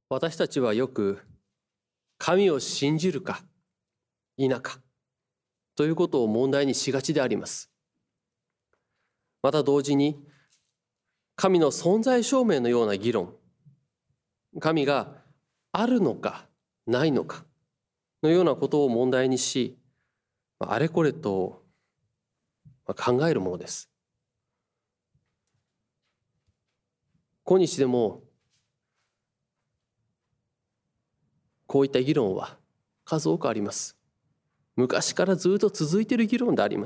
私たちはよく神を信じるか否かということを問題にしがちであります。また同時に神の存在証明のような議論、神があるのかないのかのようなことを問題にし、あれこれと考えるものです。今日でもこういった議論は数多くあります。昔からずっと続いている議論であります。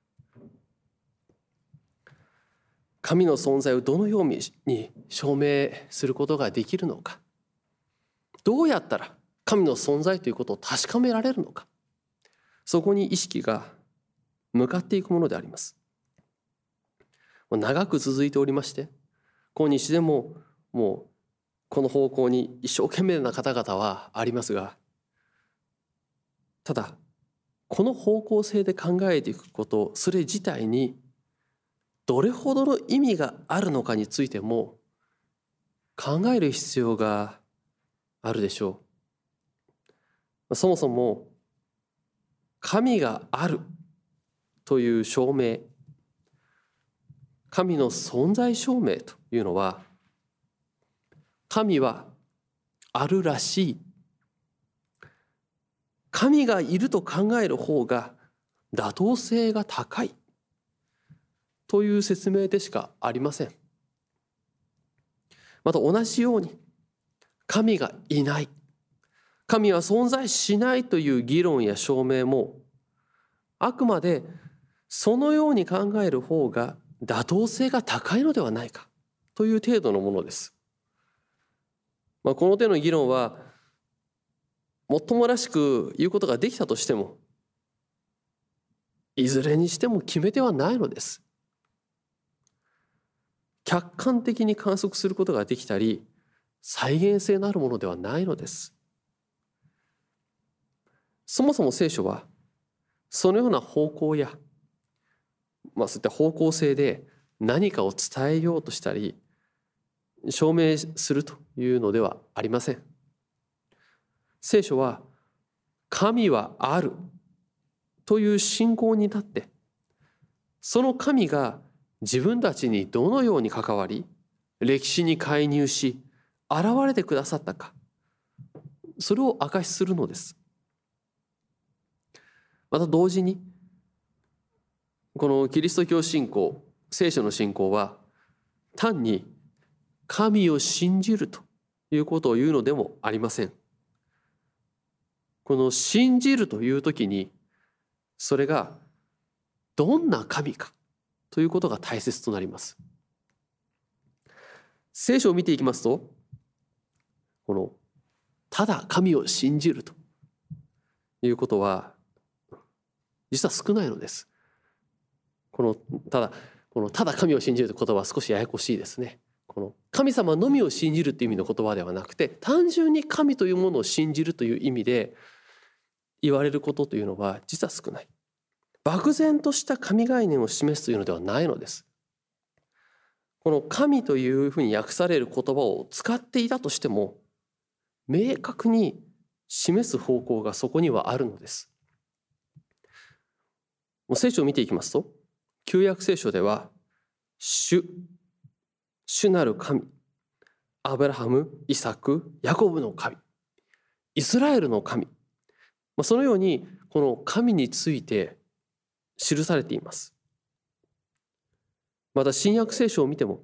神の存在をどのように証明することができるのか、どうやったら神の存在ということを確かめられるのか、そこに意識が向かっていくものであります。長く続いておりまして、今日でももうこの方向に一生懸命な方々はありますが、ただこの方向性で考えていくこと、それ自体にどれほどの意味があるのかについても考える必要があるでしょう。そもそも神があるという証明、神の存在証明というのは、神はあるらしい、神がいると考える方が妥当性が高いという説明でしかありません。また同じように神がいない、神は存在しないという議論や証明も、あくまでそのように考える方が妥当性が高いのではないかという程度のものです。この手の議論はもっともらしく言うことができたとしても、いずれにしても決め手はないのです。客観的に観測することができたり、再現性のあるものではないのです。そもそも聖書はそのような方向や、そういった方向性で何かを伝えようとしたり証明するというのではありません。聖書は神はあるという信仰に立って、その神が自分たちにどのように関わり、歴史に介入し現れてくださったか、それを証しするのです。また同時にこのキリスト教信仰、聖書の信仰は単に神を信じるということを言うのでもありません。この信じるというときに、それがどんな神かということが大切となります。聖書を見ていきますと、このただ神を信じるということは実は少ないのです。ただ神を信じるという言葉は少しややこしいですね。この神様のみを信じるという意味の言葉ではなくて、単純に神というものを信じるという意味で言われることというのは実は少ない。漠然とした神概念を示すというのではないのです。この神というふうに訳される言葉を使っていたとしても、明確に示す方向がそこにはあるのです。聖書を見ていきますと、旧約聖書では主なる神、アブラハム、イサク、ヤコブの神、イスラエルの神、そのようにこの神について記されています。また新約聖書を見ても、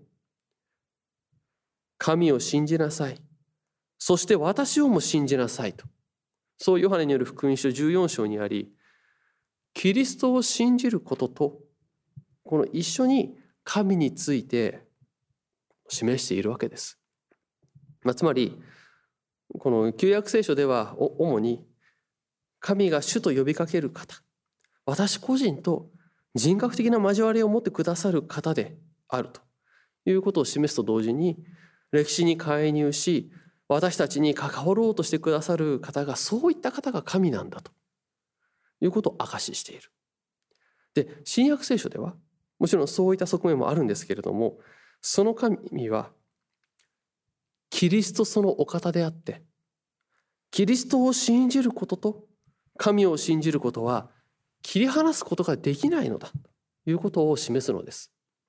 神を信じなさい、そして私をも信じなさいと、そうヨハネによる福音書14章にあり、キリストを信じることとこの一緒に神について示しているわけです。つまりこの旧約聖書では主に神が主と呼びかける方、私個人と人格的な交わりを持ってくださる方であるということを示すと同時に、歴史に介入し私たちに関わろうとしてくださる方が、そういった方が神なんだということを証ししている。で、新約聖書ではもちろんそういった側面もあるんですけれども、その神はキリストそのお方であって、キリストを信じることと神を信じることは切り離すことができないのだということを示すのです。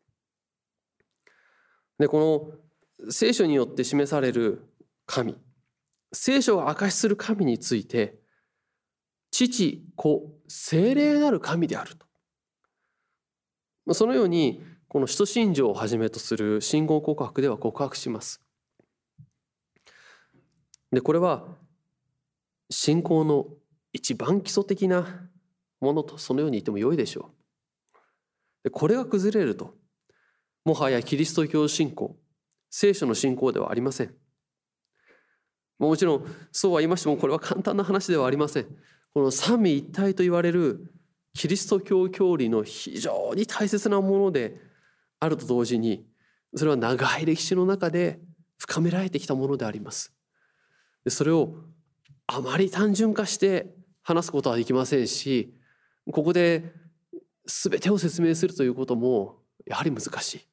で、この聖書によって示される神、聖書が証しする神について、父、子、聖霊なる神であると。そのように、この使徒信条をはじめとする信仰告白では告白します。で、これは信仰の一番基礎的なものとそのように言っても良いでしょう。で、これが崩れると、もはやキリスト教信仰、聖書の信仰ではありません。もちろんそうは言いましても、これは簡単な話ではありません。この三位一体と言われるキリスト教教理の非常に大切なものであると同時に、それは長い歴史の中で深められてきたものであります。で、それをあまり単純化して話すことはできませんし、ここで全てを説明するということもやはり難しい。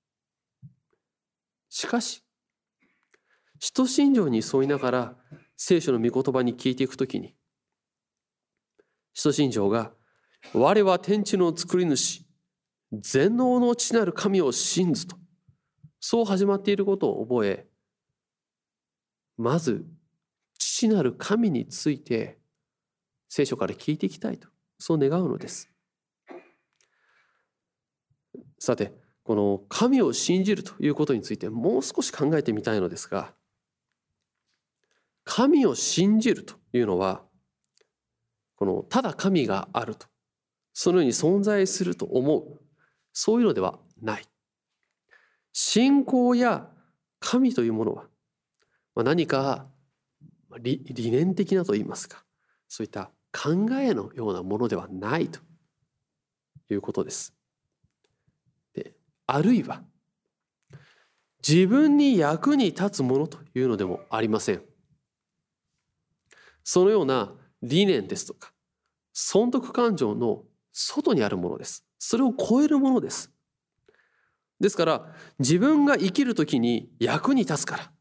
しかし、使徒信条に沿いながら聖書の御言葉に聞いていくときに、使徒信条が我は天地の作り主、全能の父なる神を信ずと、そう始まっていることを覚え、まず父なる神について聖書から聞いていきたいと、そう願うのです。さて、この神を信じるということについてもう少し考えてみたいのですが、神を信じるというのは、このただ神があると、そのように存在すると思う、そういうのではない。信仰や神というものは、何か理念的なといいますか、そういった考えのようなものではないということです。で、あるいは自分に役に立つものというのでもありません。そのような理念ですとか損得感情の外にあるものです。それを超えるものです。ですから自分が生きるときに役に立つから、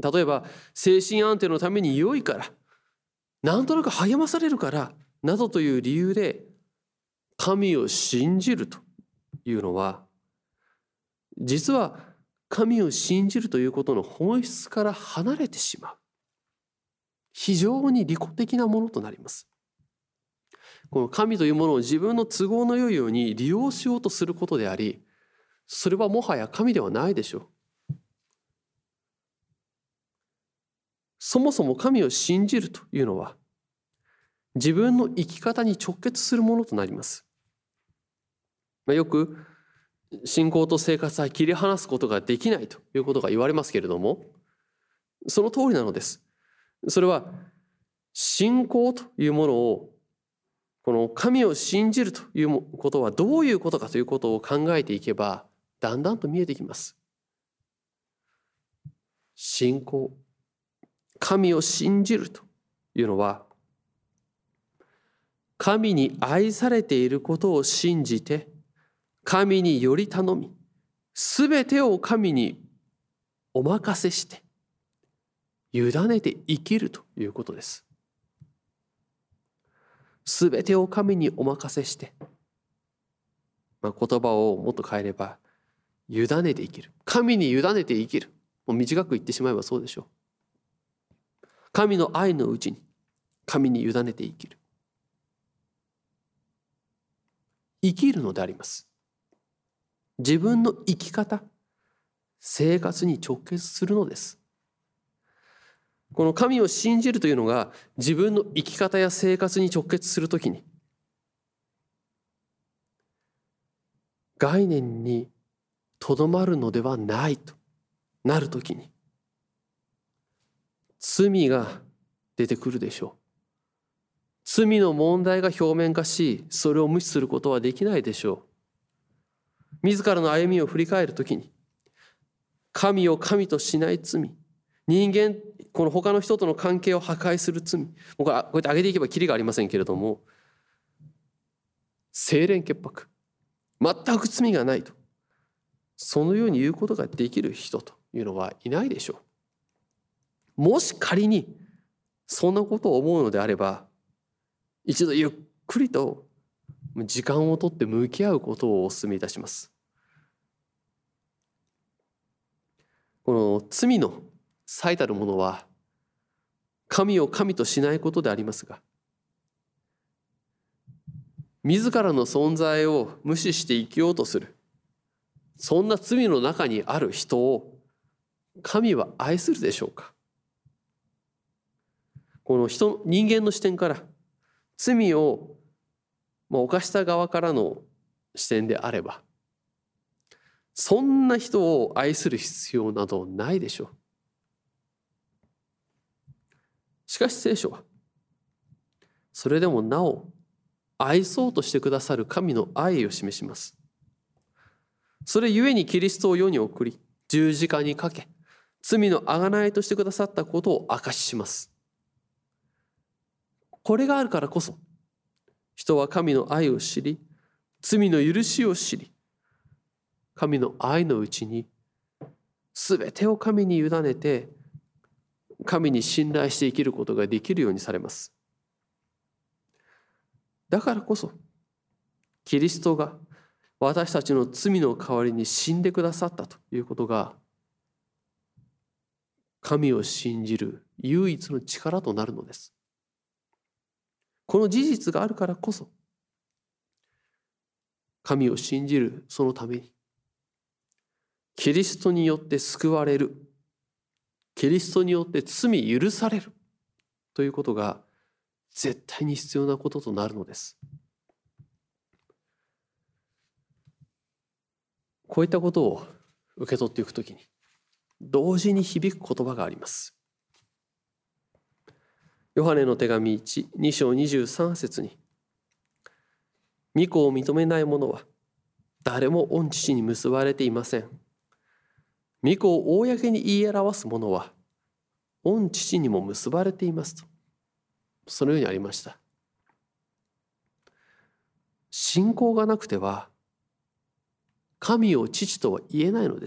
例えば精神安定のために良いから、なんとなく励まされるからなどという理由で神を信じるというのは、実は神を信じるということの本質から離れてしまう、非常に利己的なものとなります。この神というものを自分の都合の良いように利用しようとすることであり、それはもはや神ではないでしょう。そもそも神を信じるというのは自分の生き方に直結するものとなります。よく信仰と生活は切り離すことができないということが言われますけれども、その通りなのです。それは信仰というものを、この神を信じるということはどういうことかということを考えていけばだんだんと見えてきます。信仰、神を信じるというのは、神に愛されていることを信じて神により頼み、すべてを神にお任せして委ねて生きるということです。すべてを神にお任せして、言葉をもっと変えれば委ねて生きる、神に委ねて生きる、もう短く言ってしまえばそうでしょう。神の愛のうちに神に委ねて生きる、生きるのであります。自分の生き方、生活に直結するのです。この神を信じるというのが自分の生き方や生活に直結するときに、概念にとどまるのではないとなるときに、罪が出てくるでしょう。罪の問題が表面化し、それを無視することはできないでしょう。自らの歩みを振り返るときに、神を神としない罪、人間、この他の人との関係を破壊する罪、こうやって挙げていけばきりがありませんけれども、清廉潔白、全く罪がないと、そのように言うことができる人というのはいないでしょう。 もし仮にそんなことを思うのであれば、一度ゆっくりと時間をとって向き合うことをお勧めいたします。この罪の最たるものは神を神としないことでありますが、自らの存在を無視して生きようとする、そんな罪の中にある人を神は愛するでしょうか。この人間の視点から、罪を犯した側からの視点であれば、そんな人を愛する必要などないでしょう。しかし聖書は、それでもなお愛そうとしてくださる神の愛を示します。それゆえにキリストを世に送り、十字架にかけ、罪の贖いとしてくださったことを証しします。これがあるからこそ、人は神の愛を知り、罪の許しを知り、神の愛のうちにすべてを神に委ねて、神に信頼して生きることができるようにされます。だからこそ、キリストが私たちの罪の代わりに死んでくださったということが、神を信じる唯一の力となるのです。この事実があるからこそ、神を信じるそのために、キリストによって救われる、キリストによって罪許されるということが絶対に必要なこととなるのです。こういったことを受け取っていくときに、同時に響く言葉があります。ヨハネの手紙2章23節に、御子を認めない者は誰も御父に結ばれていません。御子を公に言い表す者は御父にも結ばれていますと、そのようにありました。信仰がなくては神を父とは言えないのです。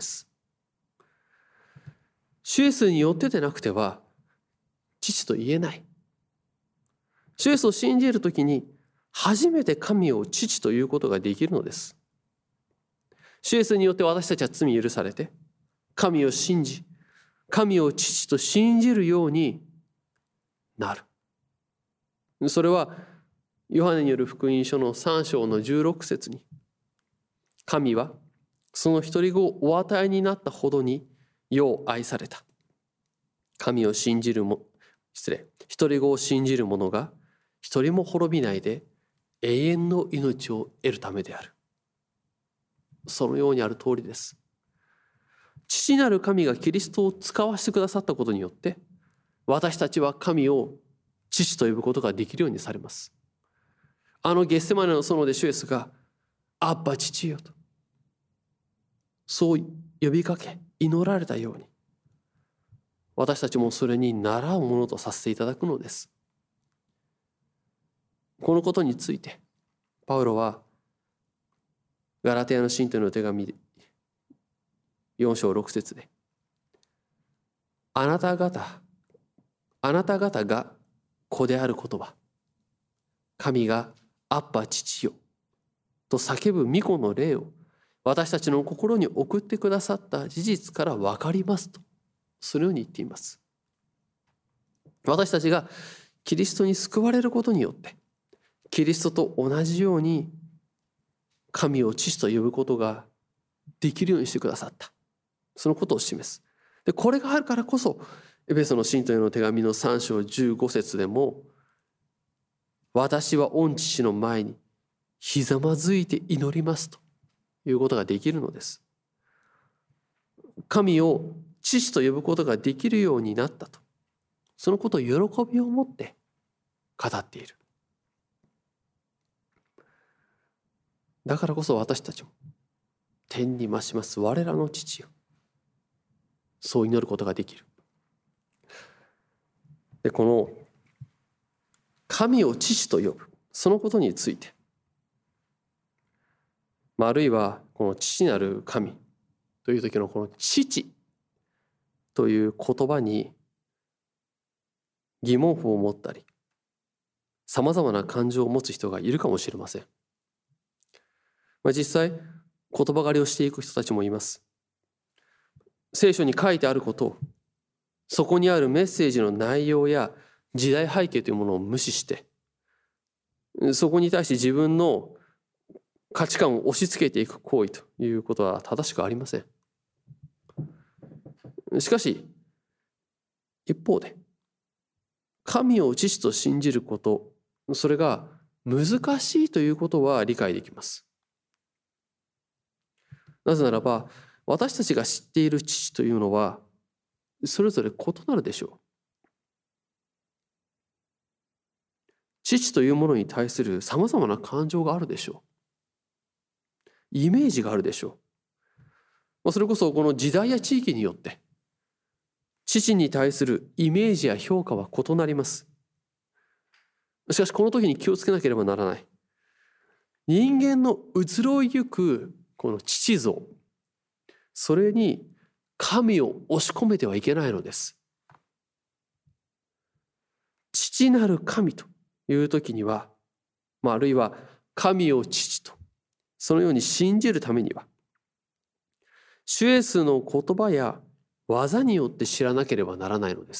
主イエスによってでなくては父と言えない。主イエスを信じるときに初めて神を父ということができるのです。主イエスによって私たちは罪許されて、神を信じ、神を父と信じるようになる。それはヨハネによる福音書の3章の16節に、神はその一人子をお与えになったほどに世を愛された。神を信じる一人子を信じる者が一人も滅びないで永遠の命を得るためである。そのようにある通りです。父なる神がキリストを使わせてくださったことによって、私たちは神を父と呼ぶことができるようにされます。ゲッセマネの園で主イエスがアッバ父よとそう呼びかけ祈られたように、私たちもそれに倣うものとさせていただくのです。このことについてパウロはガラテヤの信徒への手紙4章6節で、あなた方が子であることは、神がアッバ父よと叫ぶ御子の霊を私たちの心に送ってくださった事実から分かりますと、そのように言っています。私たちがキリストに救われることによって、キリストと同じように神を父と呼ぶことができるようにしてくださった、そのことを示す。でこれがあるからこそ、エペソの信徒への手紙の3章15節でも、私は御父の前にひざまずいて祈りますということができるのです。神を父と呼ぶことができるようになったと、そのことを喜びを持って語っている。だからこそ私たちも天に増します我らの父よ、そう祈ることができる。でこの神を父と呼ぶ、そのことについて、あるいはこの父なる神という時のこの父という言葉に疑問符を持ったり、さまざまな感情を持つ人がいるかもしれません。実際、言葉狩りをしていく人たちもいます。聖書に書いてあることを、そこにあるメッセージの内容や時代背景というものを無視して、そこに対して自分の価値観を押し付けていく行為ということは正しくありません。しかし、一方で、神を父と信じること、それが難しいということは理解できます。なぜならば、私たちが知っている父というのは、それぞれ異なるでしょう。父というものに対するさまざまな感情があるでしょう。イメージがあるでしょう。それこそこの時代や地域によって、父に対するイメージや評価は異なります。しかしこの時に気をつけなければならない。人間の移ろいゆくこの父像、それに神を押し込めてはいけないのです。父なる神という時には、あるいは神を父とそのように信じるためには、主イエスの言葉や技によって知らなければならないのです。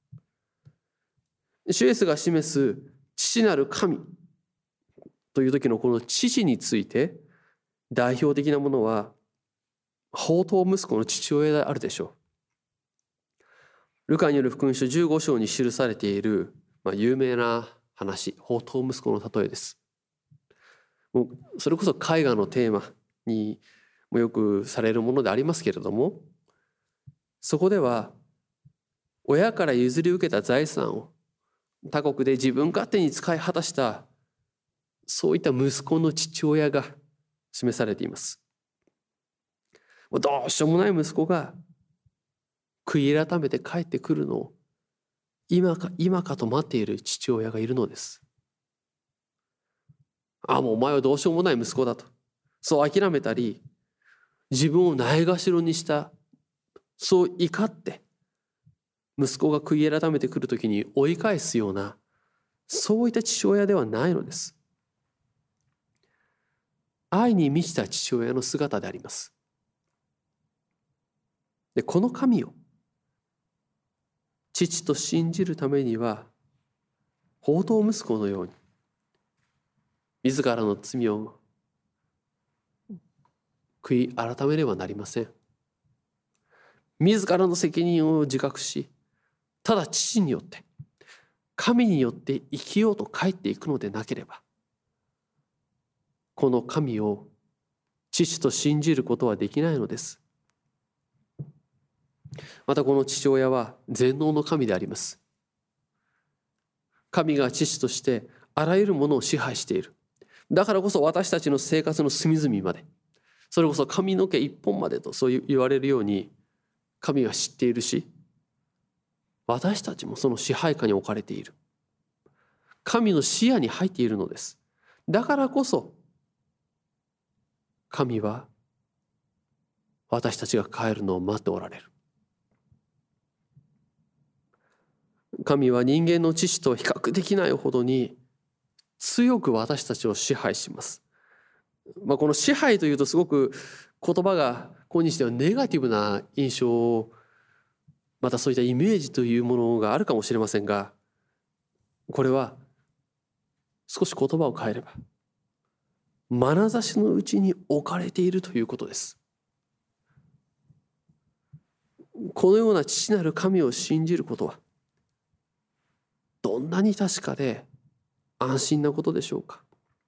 主イエスが示す父なる神という時のこの父について代表的なものは放蕩息子の父親であるでしょう。ルカによる福音書15章に記されている、有名な話、放蕩息子の例えです。もうそれこそ絵画のテーマにもよくされるものでありますけれども、そこでは親から譲り受けた財産を他国で自分勝手に使い果たした、そういった息子の父親が示されています。どうしようもない息子が悔い改めて帰ってくるのを今かと待っている父親がいるのです。もうお前はどうしようもない息子だと、そう諦めたり、自分をないがしろにした、そう怒って息子が悔い改めてくるときに追い返すような、そういった父親ではないのです。愛に満ちた父親の姿であります。で、この神を父と信じるためには、放蕩息子のように自らの罪を悔い改めればなりません。自らの責任を自覚し、ただ父によって神によって生きようと帰っていくのでなければ、この神を父と信じることはできないのです。またこの父親は全能の神であります。神が父としてあらゆるものを支配している。だからこそ私たちの生活の隅々まで、それこそ髪の毛一本までとそう言われるように神は知っているし、私たちもその支配下に置かれている。神の視野に入っているのです。だからこそ神は私たちが帰るのを待っておられる。神は人間の知識と比較できないほどに強く私たちを支配します。この支配というとすごく言葉が今日ではネガティブな印象を、またそういったイメージというものがあるかもしれませんが、これは少し言葉を変えれば眼差しのうちに置かれているということです。このような父なる神を信じることはどんなに確かで安心なことでしょうか。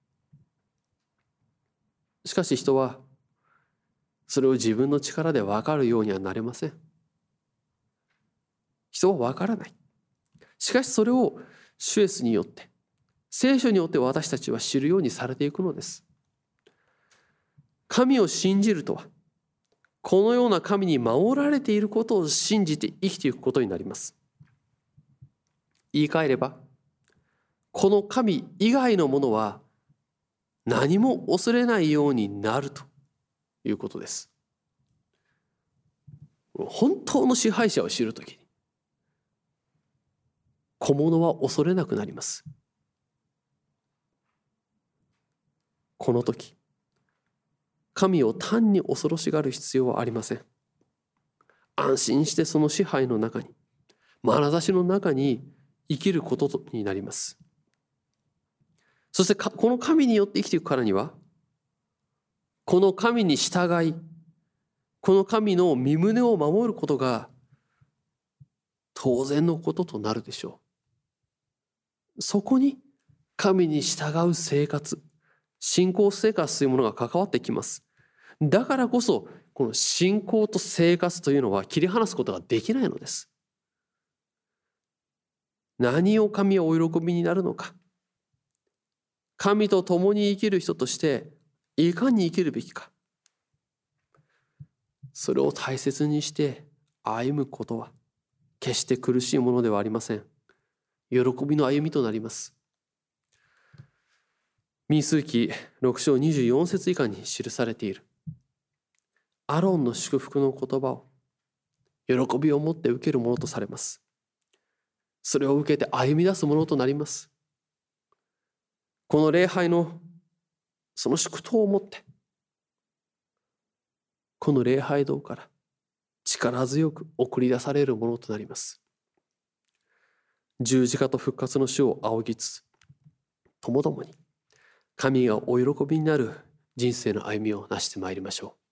しかし人はそれを自分の力で分かるようにはなれません。人は分からない。しかしそれを主イエスによって、聖書によって私たちは知るようにされていくのです。神を信じるとは、このような神に守られていることを信じて生きていくことになります。言い換えれば、この神以外のものは何も恐れないようになるということです。本当の支配者を知るときに、 小物は恐れなくなります。この時、神を単に恐ろしがる必要はありません。安心してその支配の中に、眼差しの中に生きることになります。そしてこの神によって生きていくからには、この神に従い、この神の身旨を守ることが当然のこととなるでしょう。そこに神に従う生活、信仰生活というものが関わってきます。だからこそ、この信仰と生活というのは切り離すことができないのです。何を神はお喜びになるのか。神と共に生きる人としていかに生きるべきか。それを大切にして歩むことは決して苦しいものではありません。喜びの歩みとなります。民数記6章24節以下に記されているアロンの祝福の言葉を喜びを持って受けるものとされます。それを受けて歩み出すものとなります。この礼拝のその祝祷を持って、この礼拝堂から力強く送り出されるものとなります。十字架と復活の主を仰ぎつつ、ともどもに神がお喜びになる人生の歩みをなしてまいりましょう。